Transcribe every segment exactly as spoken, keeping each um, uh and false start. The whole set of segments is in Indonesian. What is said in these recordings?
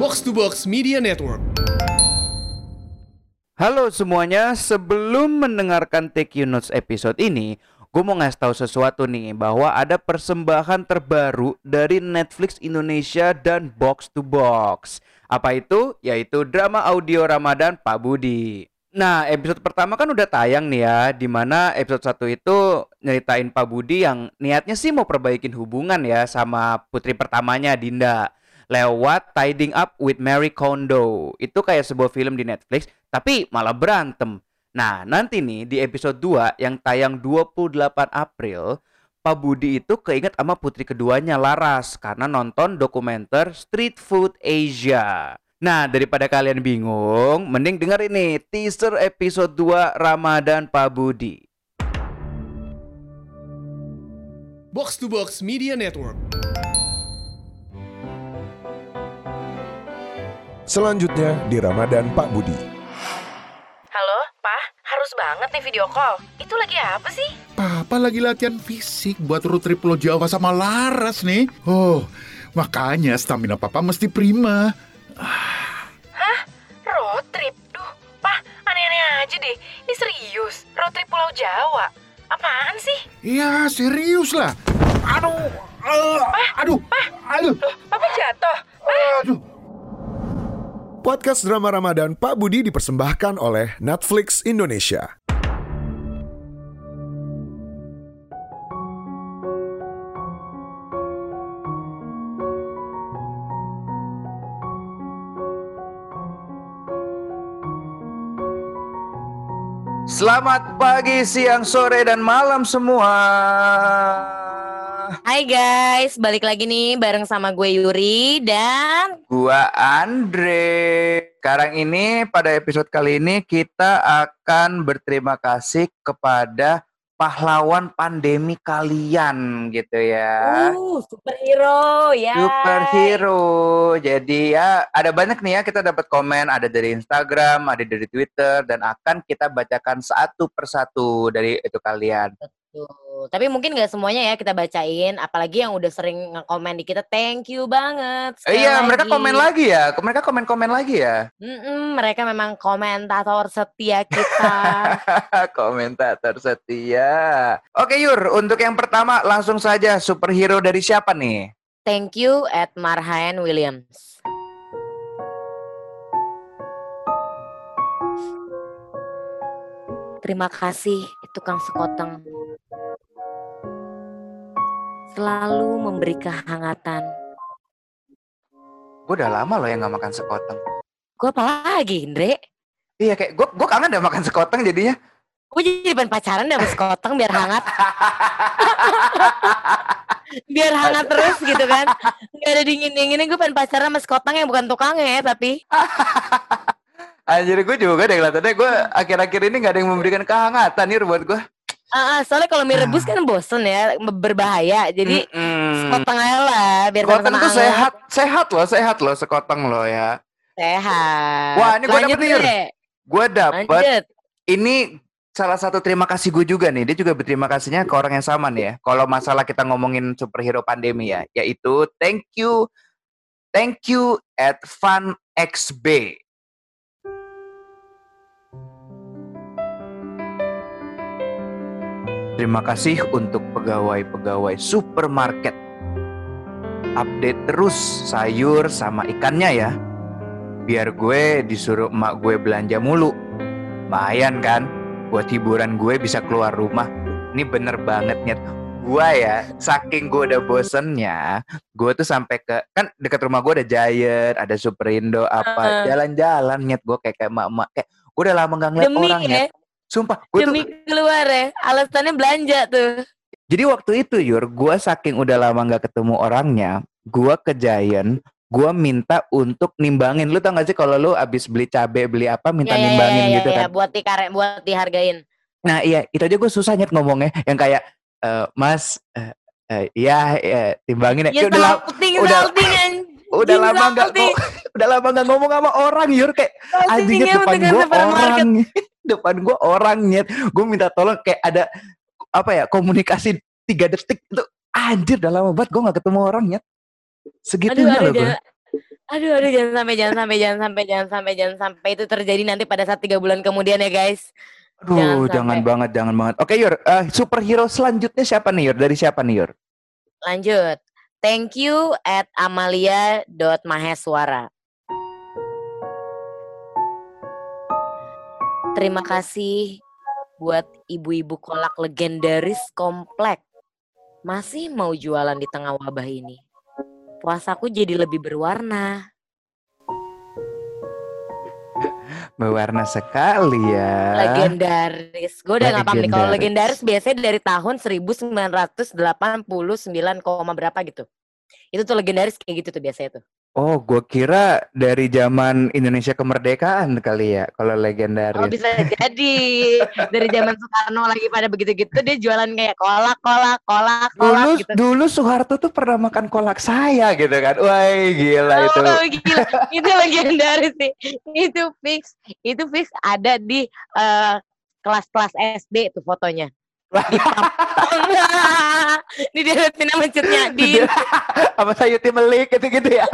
Box to Box Media Network. Halo semuanya, sebelum mendengarkan Take You Notes episode ini, gue mau ngasih tahu sesuatu nih, bahwa ada persembahan terbaru dari Netflix Indonesia dan Box to Box. Apa itu? Yaitu drama audio Ramadan Pak Budi. Nah, episode pertama kan udah tayang nih ya, dimana episode satu itu nyeritain Pak Budi yang niatnya sih mau perbaikin hubungan ya sama putri pertamanya Dinda lewat Tidying Up with Marie Kondo. Itu kayak sebuah film di Netflix, tapi malah berantem. Nah, nanti nih di episode dua yang tayang dua puluh delapan April, Pak Budi itu keinget sama putri keduanya Laras karena nonton dokumenter Street Food Asia. Nah, daripada kalian bingung, mending denger ini teaser episode dua Ramadan Pak Budi. Box to Box Media Network. Selanjutnya di Ramadan Pak Budi. Halo, Pak, harus banget nih video call. Itu lagi apa sih? Papa lagi latihan fisik buat road trip Pulau Jawa sama Laras nih. Oh, makanya stamina Papa mesti prima. Hah? Road trip? Duh, Pak, aneh-aneh aja deh. Ini serius, road trip Pulau Jawa. Apaan sih? Iya, serius lah. Aduh, uh, Pa, aduh, Pa, aduh, loh, Papa jatuh. Pa. aduh. Podcast drama Ramadan Pak Budi dipersembahkan oleh Netflix Indonesia. Selamat pagi, siang, sore, dan malam semua. Hai guys, balik lagi nih bareng sama gue Yuri dan Gua Andre. Sekarang ini pada episode kali ini kita akan berterima kasih kepada pahlawan pandemi kalian gitu ya. uh, superhero ya. Superhero. Jadi ya ada banyak nih ya, kita dapat komen, ada dari Instagram, ada dari Twitter, dan akan kita bacakan satu persatu dari itu kalian. Tuh, tapi mungkin gak semuanya ya kita bacain, apalagi yang udah sering nge-komen di kita. Thank you banget. Eh, iya, mereka komen lagi ya. Mereka komen-komen lagi ya. Mm-mm, mereka memang komentator setia kita. Komentator setia. Oke Yur, untuk yang pertama langsung saja, superhero dari siapa nih? Thank you at Marhaen Williams. Terima kasih tukang sekoteng. Selalu memberi kehangatan. Gue udah lama loh yang gak makan sekoteng. Gue apa lagi, Indre? Iya, kayak gue gue kangen udah makan sekoteng jadinya. Gue jadi pengen pacaran deh sama sekoteng biar hangat. Biar hangat terus gitu kan. Gak ada dingin-dinginnya, gue pengen pacaran sama sekoteng yang bukan tukangnya ya, tapi Anjir, gue juga deh kelihatannya gue akhir-akhir ini gak ada yang memberikan kehangatan nih buat gue. Uh, uh, soalnya kalau mie rebus kan bosen ya, berbahaya. Jadi Mm-mm. sekoteng aja lah, biar Sekoteng sama-sama tuh hangat. sehat, sehat loh, sehat loh sekoteng loh ya. Sehat. Wah, ini gue Lanjut dapet nih, Yur. deh. Gue dapet. Lanjut. Ini salah satu terima kasih gue juga nih. Dia juga berterima kasihnya ke orang yang sama nih ya. Kalau masalah kita ngomongin superhero pandemi ya, yaitu thank you, thank you at FunXB. Terima kasih untuk pegawai-pegawai supermarket. Update terus sayur sama ikannya ya. Biar gue disuruh emak gue belanja mulu. Lumayan kan, buat hiburan gue bisa keluar rumah. Ini bener banget nyet. Gue ya, saking gue udah bosennya, gue tuh sampai ke, kan dekat rumah gue ada Giant, ada Superindo, apa Uh-uh. jalan-jalan nyet. Gue kayak kayak emak-emak, kayak gue udah lama gak ngeliat Demi orang ya. nyet. Sumpah, gue tuh. Demi keluar ya, alasannya belanja tuh. Jadi waktu itu Yur, gue saking udah lama gak ketemu orangnya, gue ke Giant, gue minta untuk nimbangin. Lu tau gak sih kalau lu abis beli cabai, beli apa, minta Ya, ya, nimbangin ya, ya, gitu ya, kan. buat dikare, buat dihargain. Nah iya, itu aja gue susah nyet ngomongnya. Yang kayak, e, Mas, eh, eh, iya, eh, timbangin ya. Ya Kayak udah, la- salting, udah, salting anjing. udah lama gak salting. ngo- udah lama gak ngomong sama orang Yur. Kayak anjingnya Saltingnya depan dengan gue supermarket. orang. Depan gue orang nyet. Gue minta tolong kayak ada, apa ya, komunikasi tiga detik itu. Anjir, udah lama banget gue gak ketemu orang nyet. Aduh, Segitunya ada, loh gue. ada. Aduh, aduh, jangan sampai, jangan sampai, jangan sampai, jangan sampai, jangan sampai itu terjadi nanti pada saat tiga bulan kemudian ya guys. Jangan Aduh, jangan sampai. banget, jangan banget. Oke Yur, eh, superhero selanjutnya siapa nih Yur? Dari siapa nih Yur? Lanjut. Thank you at amalia dot maheswara. Terima kasih buat ibu-ibu kolak legendaris komplek. Masih mau jualan di tengah wabah ini. Puasaku jadi lebih berwarna. Berwarna sekali ya. Legendaris. Gue udah gak paham nih. Kalau Legendaris. legendaris biasanya dari tahun seribu sembilan ratus delapan puluh sembilan, berapa gitu. Itu tuh legendaris kayak gitu tuh biasanya tuh. Oh, gue kira dari zaman Indonesia kemerdekaan kali ya, kalau legendaris. Oh bisa jadi dari zaman Soekarno lagi pada begitu-gitu dia jualan kayak kolak, kolak, kolak, kolak Dulu, gitu. dulu Soeharto tuh pernah makan kolak saya gitu kan. Wah, gila itu. Oh gila, itu legendaris sih. Itu fix, itu fix ada di uh, kelas-kelas S D tuh fotonya. Di daerah nama Cutnya Din. Apa Sayuti Melik gitu-gitu ya.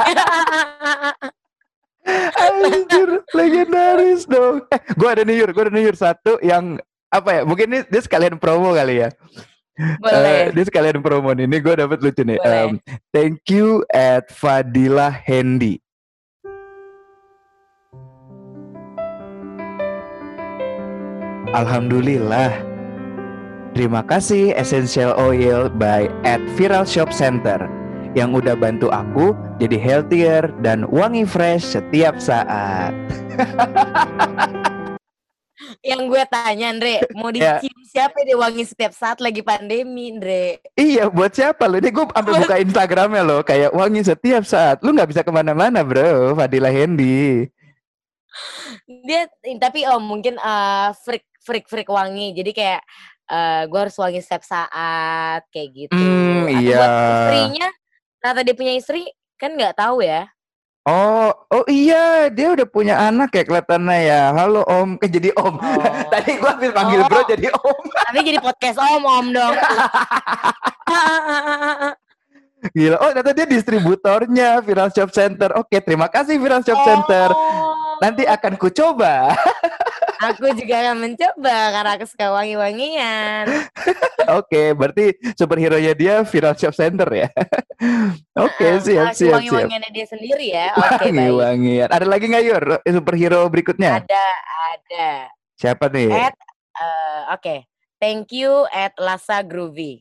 Anjir, legendaris dong. Eh, gue ada nih Yur, gue ada nih Yur satu yang apa ya? Mungkin ini dia sekalian promo kali ya. Uh, Boleh. dia sekalian promo nih. Ini gue dapet lucu nih. Boleh. Um, thank you at Fadila Hendy. Alhamdulillah. Terima kasih Essential Oil by at Viral Shop Center yang udah bantu aku jadi healthier dan wangi fresh setiap saat. Yang gue tanya Andre, mau Ya. dicium siapa dia wangi setiap saat lagi pandemi Andre? Iya, buat siapa lo? Ini gue sampai buka Instagramnya lo, kayak wangi setiap saat. Lu nggak bisa kemana-mana bro, Fadila Hendy. Dia tapi oh mungkin uh, freak freak freak wangi, jadi kayak uh, gue harus wangi setiap saat kayak gitu. Hmm, Atau iya. buat istrinya, ternyata dia punya istri kan nggak tahu ya. Oh, oh iya, dia udah punya anak ya kelihatannya ya. Halo Om, kan jadi Om. Oh. Tadi gue habis panggil Oh. bro jadi Om. Tapi jadi podcast om om dong. Gila, oh ternyata dia distributornya Viral Shop Center. Oke, terima kasih Viral Shop Center. Oh. Nanti akan ku coba. Aku juga akan mencoba karena aku suka wangi-wangian. Oke, berarti superhero-nya dia Viral Shop Center ya. Oke, siap, Aku siap, siap. wangi-wangiannya dia sendiri ya. Oke, baik. Wangi-wangian. Ada lagi nggak Yur superhero berikutnya? Ada, ada. Siapa nih? At, uh, oke. Thank you at Lasa Groovy.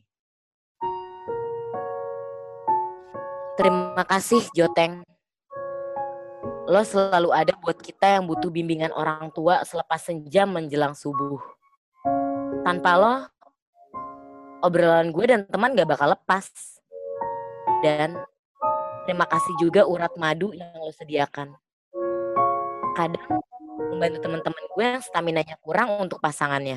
Terima kasih Joteng. Lo selalu ada buat kita yang butuh bimbingan orang tua selepas senja menjelang subuh. Tanpa lo, obrolan gue dan teman gak bakal lepas. Dan terima kasih juga urat madu yang lo sediakan. Kadang membantu teman-teman gue yang staminanya kurang untuk pasangannya.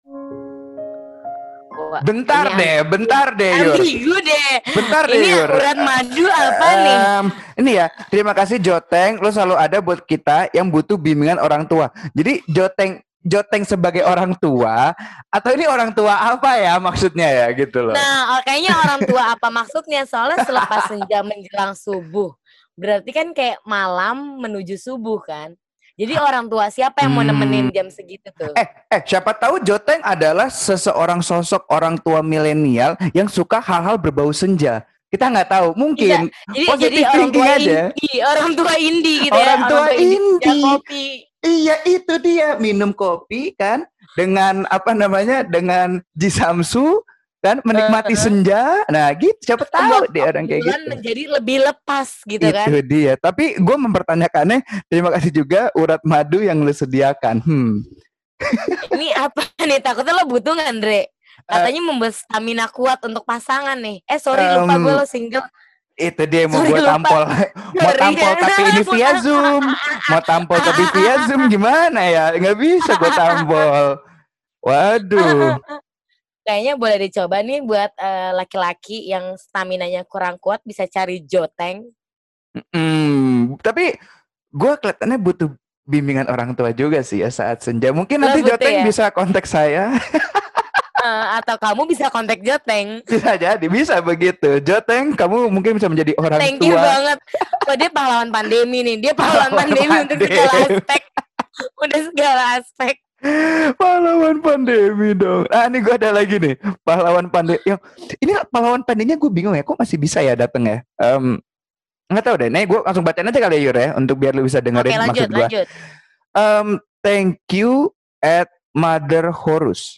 Wah, Bentar ini deh, bentar deh Yur. ambigu deh. Bentar deh Ini Yur. urat madu apa nih? Em, ini ya, terima kasih Joteng, lo selalu ada buat kita yang butuh bimbingan orang tua. Jadi Joteng Joteng sebagai orang tua atau ini orang tua apa ya maksudnya ya gitu loh. Nah, oh, kayaknya orang tua apa maksudnya? Soalnya selepas senja menjelang subuh. Berarti kan kayak malam menuju subuh kan? Jadi orang tua siapa yang mau nemenin jam segitu tuh? Eh, eh, siapa tahu Joteng adalah seseorang sosok orang tua milenial yang suka hal-hal berbau senja. Kita nggak tahu, mungkin Jadi, positive jadi orang thinking tua aja. indie, orang tua indie gitu ya. Orang tua indie indie. kopi. Iya itu dia, minum kopi kan dengan apa namanya, dengan jisamsu dan menikmati Uh-huh. senja. Nah gitu, siapa tahu Membuat dia orang kayak obrolan gitu. menjadi lebih lepas gitu Itu kan. dia. Tapi gue mempertanyakannya, terima kasih juga urat madu yang lu sediakan. Hmm. Ini apa nih? Takutnya lo butuh nggak, Andre? Katanya membuat stamina kuat untuk pasangan nih. Eh sorry lupa Um, gue lo single. Itu dia mau Sorry, gue lupa. tampol. Mau Sorry. tampol tapi ini via Zoom. Mau tampol tapi via Zoom gimana ya? Nggak bisa gue tampol. Waduh. Kayaknya boleh dicoba nih buat eh, laki-laki yang staminanya kurang kuat bisa cari Joteng. Hmm, tapi gue kelihatannya butuh bimbingan orang tua juga sih ya saat senja. Mungkin Lo nanti butuh Joteng ya? bisa kontak saya. Uh, atau kamu bisa kontak Joteng. Bisa jadi, bisa begitu. Joteng, kamu mungkin bisa menjadi orang Thank tua. you banget. Oh, dia pahlawan pandemi nih. Dia pahlawan, Pahlawan pandemi, pandemi. untuk segala aspek. Udah segala aspek. Pahlawan pandemi dong. Ah, ini gue ada lagi nih. Pahlawan pandemi. Yang ini pahlawan pandeminya gue bingung ya. Kok masih bisa ya datang ya? Um, nggak tahu deh. Nih gue langsung bacain aja kali ya Yur ya, untuk biar lu bisa dengerin. Oke, lanjut, maksud gue. lanjut. Um, thank you at Mother Horus.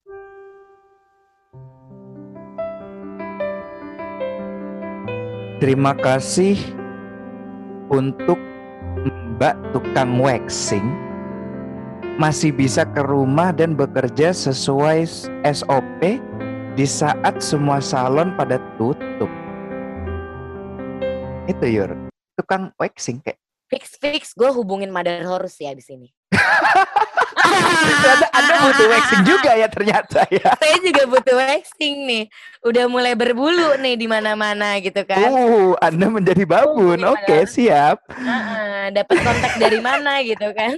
Terima kasih untuk Mbak tukang waxing masih bisa ke rumah dan bekerja sesuai S O P di saat semua salon pada tutup. Itu Yur, tukang waxing kayak. Fix fix gue hubungin Mother Horus ya abis ini. Ternyata Anda butuh waxing juga ya ternyata ya. Saya juga butuh waxing nih. Udah mulai berbulu nih di mana-mana gitu kan. Uh, Anda menjadi babun. Uh, Oke, okay, siap. Uh-uh, dapat kontak dari mana gitu kan.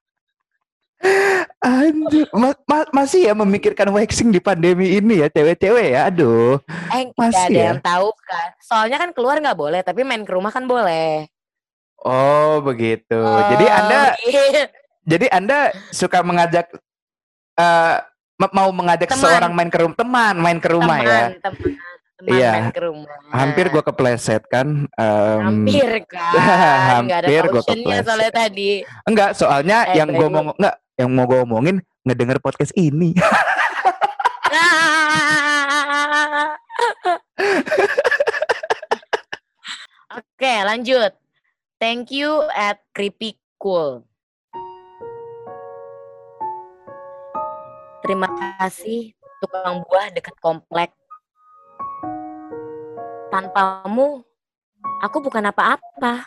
Anjir, ma- ma- masih ya memikirkan waxing di pandemi ini ya cewek-cewek ya. Aduh. Eh, masih gak ada ya? yang tahu kan. Soalnya kan keluar nggak boleh, tapi main ke rumah kan boleh. Oh, begitu. Oh, jadi Anda iya. Jadi Anda suka mengajak uh, mau mengajak Teman. seorang main ke rumah, teman main ke rumah teman, ya. Teman, teman Iya. main ke rumah. Hampir gue kepleset kan. Um, Hampir kan. hampir Nggak gue ada cautionnya kepleset. soalnya tadi. Enggak, soalnya Eh, yang gue baru. ngomong enggak, yang mau gue omongin ngedenger podcast ini. Oke, lanjut. Thank you at Creepy Cool. Terima kasih tukang buah dekat komplek. Tanpamu, aku bukan apa-apa.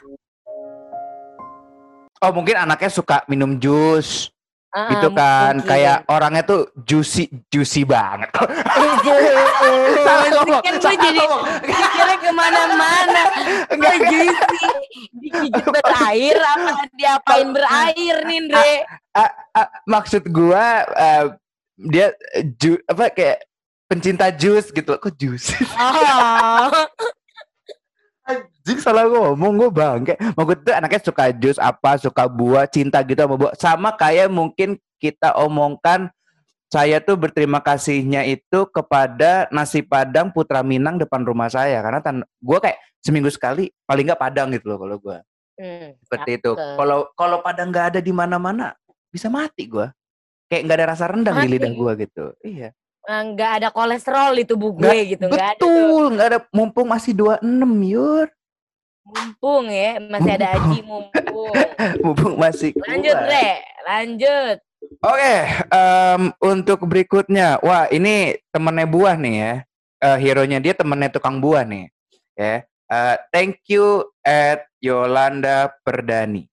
Oh, mungkin anaknya suka minum jus. Uh, Gitu kan, mungkin. kayak orangnya tuh juicy, juicy banget. Salah Salah ngomong, kan gue salah jadi ngomong. pikirnya kemana-mana. Enggak, Kok juicy? Digigit berair apa diapain berair nih, Ndre? Ah, ah, maksud gua uh, dia ju, apa kayak pencinta jus gitu. Kok jus? Oh. Anjing, salah ngomong gue bangke. Maksud tuh anaknya suka jus apa, suka buah, cinta gitu sama buah. Sama kayak mungkin kita omongkan saya tuh berterima kasihnya itu kepada nasi Padang Putra Minang depan rumah saya, karena tan- gue kayak seminggu sekali paling nggak Padang gitu loh kalau gue. Hmm, Seperti itu. cakep. Kalau kalau Padang nggak ada di mana-mana bisa mati gue. Kayak nggak ada rasa rendang di Mati. lidah gue gitu. Iya. Nggak ada kolesterol di tubuh gue Nggak- gitu, nggak ada tuh. Betul, nggak ada. Mumpung masih dua puluh enam Yur. Mumpung ya, masih ada Aji mumpung. Mumpung masih Lanjut, kuat. Re. Lanjut. Oke, em, untuk berikutnya, wah ini temennya buah nih ya, Eh, hero-nya dia temennya tukang buah nih, ya. Eh, thank you at Yolanda Perdani.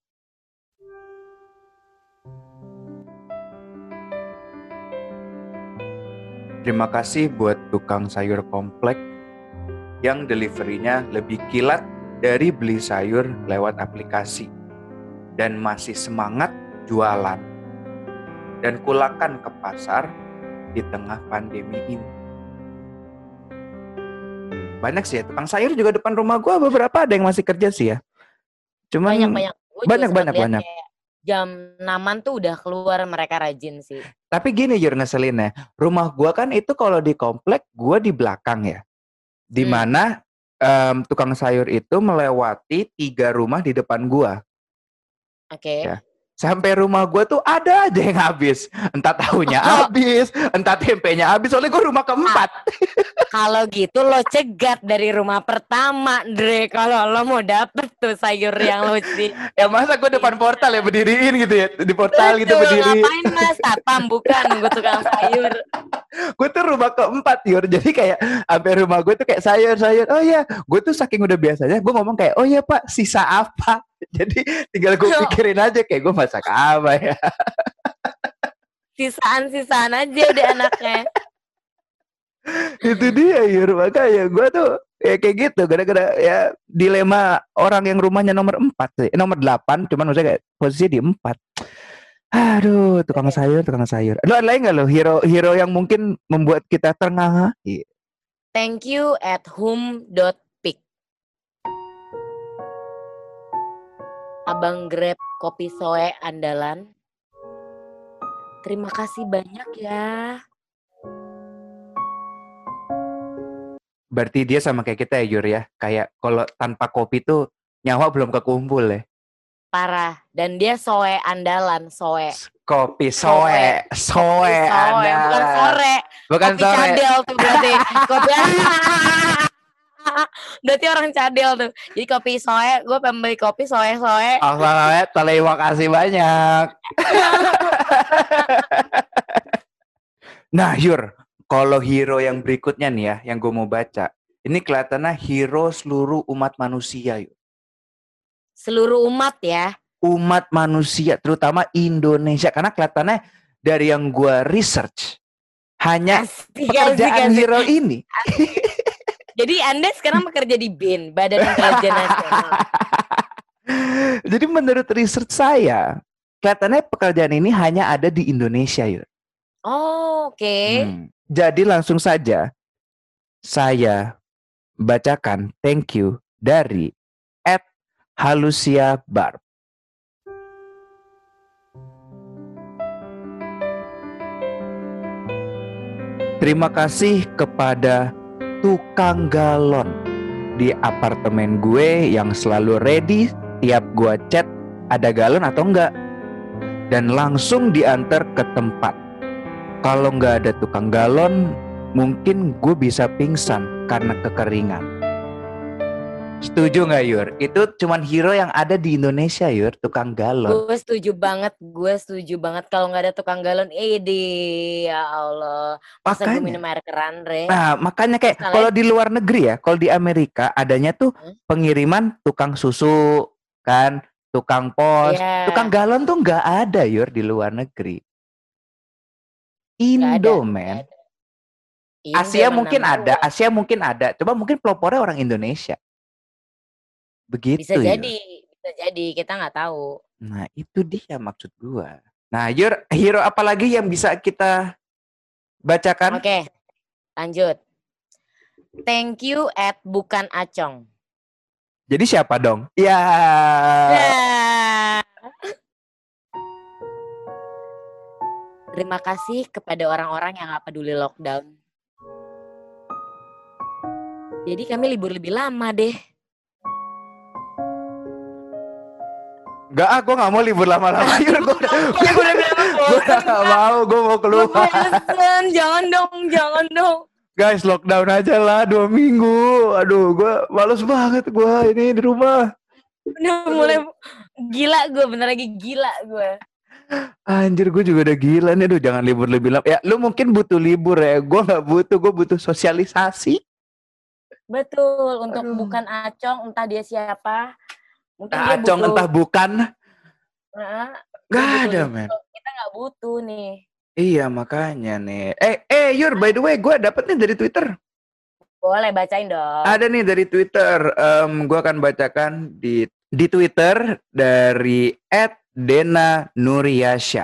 Terima kasih buat tukang sayur komplek yang deliverynya lebih kilat dari beli sayur lewat aplikasi dan masih semangat jualan dan kulakan ke pasar di tengah pandemi ini. Banyak sih ya, tukang sayur juga depan rumah gua beberapa ada yang masih kerja sih ya. Cuman Banyak-banyak. Gue juga banyak, sempat banyak, lihat banyak. kayak jam enaman tuh udah keluar mereka rajin sih. Tapi gini Jur ngeselinnya, rumah gua kan itu kalau di komplek gua di belakang ya. Di Hmm. mana em, tukang sayur itu melewati tiga rumah di depan gua. Oke. Ya. Sampai rumah gue tuh ada aja yang habis. Entah tahunya Oh. habis, entah tempenya habis. Soalnya gue rumah keempat. Kalau gitu lo cegat dari rumah pertama, Dre. Kalau lo mau dapet tuh sayur yang lo sih. Ya masa gue depan portal ya berdiriin gitu ya. Di portal gitu Betul, berdiri. ngapain mas? Satpam bukan, gue tukang sayur. Gue tuh rumah keempat Yur. Jadi kayak sampai rumah gue tuh kayak sayur-sayur. Oh iya, gue tuh saking udah biasanya gue ngomong kayak, oh iya Pak, sisa apa? Jadi tinggal gue Yo. pikirin aja kayak gue masak apa ya. Sisaan-sisaan aja udah anaknya. Itu dia Yur. Makanya gue tuh ya kayak gitu. Gara-gara ya dilema orang yang rumahnya nomor empat sih. Eh, nomor delapan. Cuman maksudnya kayak posisi di empat. Aduh, tukang sayur, tukang sayur. Lo ada lagi nggak lo hero hero yang mungkin membuat kita ternganga? Iya. Thank you at whom dot pic. Abang Grab kopi soe andalan. Terima kasih banyak ya. Berarti dia sama kayak kita ya, Yur ya. Kayak kalau tanpa kopi tuh nyawa belum kekumpul ya. Parah. Dan dia soe andalan, soe. Kopi soe, soe, Kopi soe, bukan andalan. sore. Bukan Kopi sore. cadel tuh berarti. Kopi berarti orang cadel tuh. Jadi kopi soe, gue pengen beli kopi soe-soe. Oh, soe, terima kasih banyak. Nah, Yur, kalau hero yang berikutnya nih ya, yang gue mau baca, ini kelihatannya hero seluruh umat manusia, Yur. Seluruh umat ya. Umat manusia, terutama Indonesia, karena kelihatannya dari yang gue research hanya Asik, pekerjaan asik, asik. hero ini. Jadi Anda sekarang bekerja di B I N, Badan Intelijen Nasional. Jadi menurut research saya, kelihatannya pekerjaan ini hanya ada di Indonesia, Yur. Oh, oke. Okay. Hmm. Jadi langsung saja saya bacakan thank you dari at Halusia Barb. Terima kasih kepada tukang galon di apartemen gue yang selalu ready tiap gue chat ada galon atau enggak, dan langsung diantar ke tempat. Kalau nggak ada tukang galon, mungkin gue bisa pingsan karena kekeringan. Setuju nggak, Yur? Itu cuman hero yang ada di Indonesia, Yur, tukang galon. Gue setuju banget, gue setuju banget. Kalau nggak ada tukang galon, eh deh, ya Allah. Masa gue minum air keran, Re? Nah, makanya kayak kalau di luar negeri ya, kalau di Amerika adanya tuh hmm? pengiriman tukang susu, kan, tukang pos, yeah. Tukang galon tuh nggak ada, Yur, di luar negeri. Indo, men. Asia mungkin ada, gua. Asia mungkin ada. Coba mungkin pelopornya orang Indonesia. Begitu. Bisa Yur. jadi, bisa jadi. Kita nggak tahu. Nah, itu dia maksud gua. Nah, Yur, hero apa lagi yang bisa kita bacakan? Oke, lanjut. Thank you at bukan acong. Jadi siapa dong? Ya. Yeah. Terima kasih kepada orang-orang yang gak peduli lockdown. Jadi kami libur lebih lama deh. Gak, ah, gue gak mau libur lama-lama. Gue udah, ya, gue udah bilang gue gak mau, gue mau keluar. Bosen, jangan dong, jangan dong. Guys, lockdown aja lah dua minggu. Aduh, gue males banget gue ini di rumah. Udah mulai gila gue, bener lagi gila gue. Anjir, gue juga udah gila nih. Aduh, jangan libur lebih lama. Ya, lu mungkin butuh libur ya. Gue gak butuh, gue butuh sosialisasi. Betul, untuk Aduh. Bukan acong, entah dia siapa. Mungkin nah, dia acong butuh. entah bukan. Nah, gak ada, men. Kita gak butuh nih. Iya, makanya nih. Eh, eh, Yur, by the way, gue dapet nih dari Twitter. Boleh, bacain dong. Ada nih dari Twitter. Um, gue akan bacakan di di Twitter dari at Dena Nuriasya.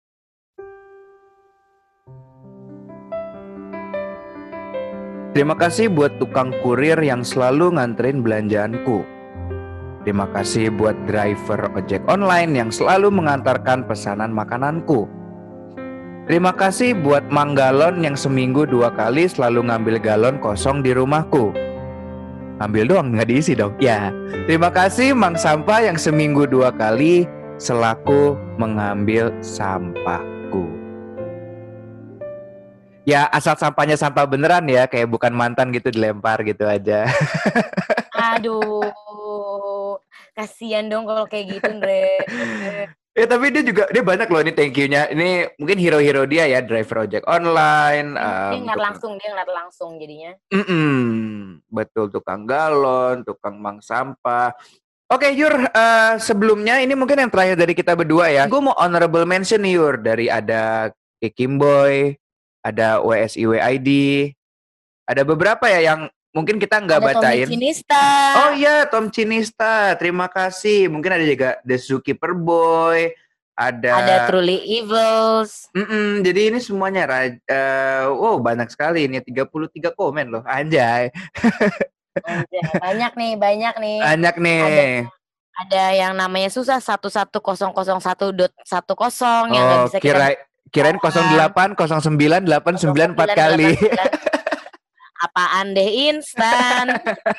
Terima kasih buat tukang kurir yang selalu nganterin belanjaanku. Terima kasih buat driver ojek online yang selalu mengantarkan pesanan makananku. Terima kasih buat Mang Galon yang seminggu dua kali selalu ngambil galon kosong di rumahku. Ambil doang, nggak diisi dong. Ya. Terima kasih Mang Sampah yang seminggu dua kali selaku mengambil sampahku. Ya, asal sampahnya sampah beneran ya, kayak bukan mantan gitu dilempar gitu aja. Aduh, kasihan dong kalau kayak gitu, Andre. Ya, tapi dia juga, dia banyak loh ini thank you-nya. Ini mungkin hero-hero dia ya, driver ojek online. Dia um, ngeliat langsung, dia ngeliat langsung jadinya. Mm-mm, betul, tukang galon, tukang mang sampah. Oke, Yur, uh, sebelumnya ini mungkin yang terakhir dari kita berdua ya. Gue mau honorable mention nih, Yur, dari ada Kimboy, ada W S I W I D, ada beberapa ya yang mungkin kita nggak bacain. Tommy Cinista. Oh iya, Tom Cinista, terima kasih. Mungkin ada juga The Zookeeper Boy, ada Ada Truly Evils. Mm-mm, jadi ini semuanya raj- eh, wow banyak sekali ini tiga puluh tiga komen loh anjay. Anjay, banyak nih, banyak nih. Banyak nih. Ada ada yang namanya susah satu satu nol nol satu dot satu nol yang nggak Oh, bisa kita kira kirain nol delapan nol sembilan delapan sembilan empat kali. Apaan deh instan.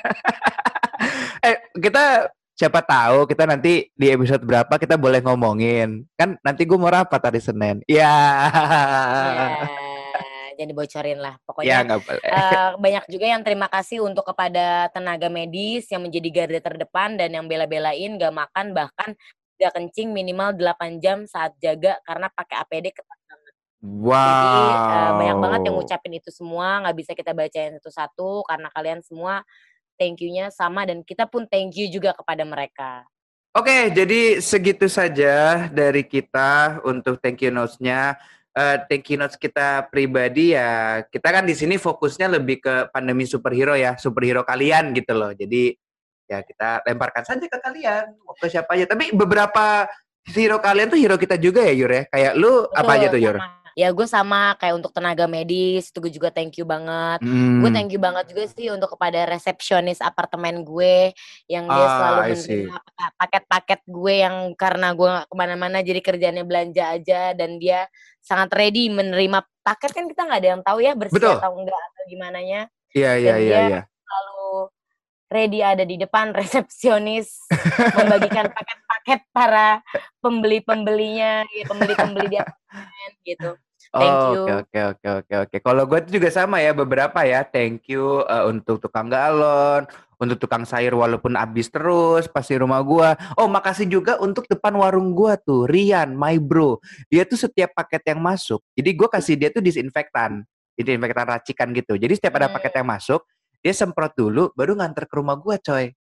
eh kita siapa tahu kita nanti di episode berapa kita boleh ngomongin. Kan nanti gue mau rapat hari Senin. Ya. Ya, jangan dibocorin lah. Ya Pokoknya nggak boleh. uh, banyak juga yang terima kasih untuk kepada tenaga medis yang menjadi garda terdepan dan yang bela-belain gak makan bahkan gak kencing minimal delapan jam saat jaga karena pakai A P D ketat banget. Wow. Jadi uh, banyak banget yang ngucapin itu semua, nggak bisa kita bacain satu-satu karena kalian semua thank you-nya sama dan kita pun thank you juga kepada mereka. Oke, jadi segitu saja dari kita untuk thank you notes-nya. Uh, thank you notes kita pribadi ya. Kita kan di sini fokusnya lebih ke pandemi superhero ya, superhero kalian gitu loh. Jadi ya kita lemparkan saja ke kalian, mau ke siapa aja. Tapi beberapa hero kalian tuh hero kita juga ya, Yur ya. Kayak lu Betul, apa aja tuh, Yur? sama. Ya gue sama kayak untuk tenaga medis itu gue juga thank you banget. Hmm. Gue thank you banget juga sih untuk kepada resepsionis apartemen gue yang dia Ah, selalu I menerima see. paket-paket gue yang karena gue gak kemana-mana jadi kerjaannya belanja aja dan dia sangat ready menerima paket kan kita nggak ada yang tahu ya bersih Betul. atau enggak atau gimana nya. Iya, iya, Dan iya, dia iya. selalu ready ada di depan resepsionis membagikan paket-paket para pembeli-pembelinya, ya pembeli-pembeli di apartemen gitu. Thank you. Oke, oke, oke, oke, oke. Kalau gue tuh juga sama ya, beberapa ya. Thank you uh, untuk tukang galon, untuk tukang sayur walaupun habis terus pas di rumah gue. Oh, makasih juga untuk depan warung gue tuh, Rian, my bro. Dia tuh setiap paket yang masuk, jadi gue kasih dia tuh disinfektan, disinfektan racikan gitu. Jadi setiap ada paket yang masuk, dia semprot dulu, baru nganter ke rumah gue, coy.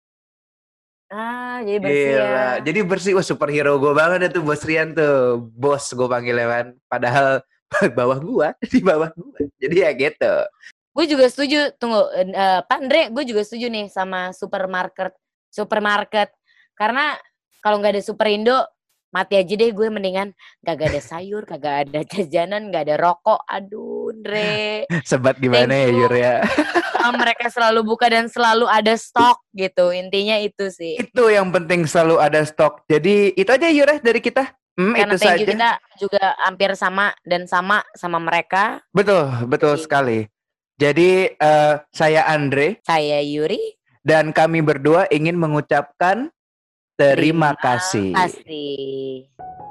Ah, jadi bersih Gila, ya. jadi bersih. Wah, superhero gue banget itu Bos Rian tuh. Bos gue panggilnya kan. Padahal bawah gua, di bawah gua. Jadi ya gitu. Gue juga setuju, tunggu, uh, Pak Andre, gue juga setuju nih sama supermarket, supermarket. Karena kalau nggak ada Superindo, mati aja deh gue mendingan kagak ada sayur, kagak ada jajanan, nggak ada rokok. Aduh, Andre. Sebat gimana ya, Yur ya? Mereka selalu buka dan selalu ada stok gitu. Intinya itu sih. Itu yang penting, selalu ada stok. Jadi itu aja Yur ya dari kita. Hmm, Karena itu thank you saja. kita juga hampir sama dan sama sama mereka. Betul, betul Jadi, sekali. Jadi uh, saya Andre. Saya Yuri. Dan kami berdua ingin mengucapkan terima, Terima kasih. kasih.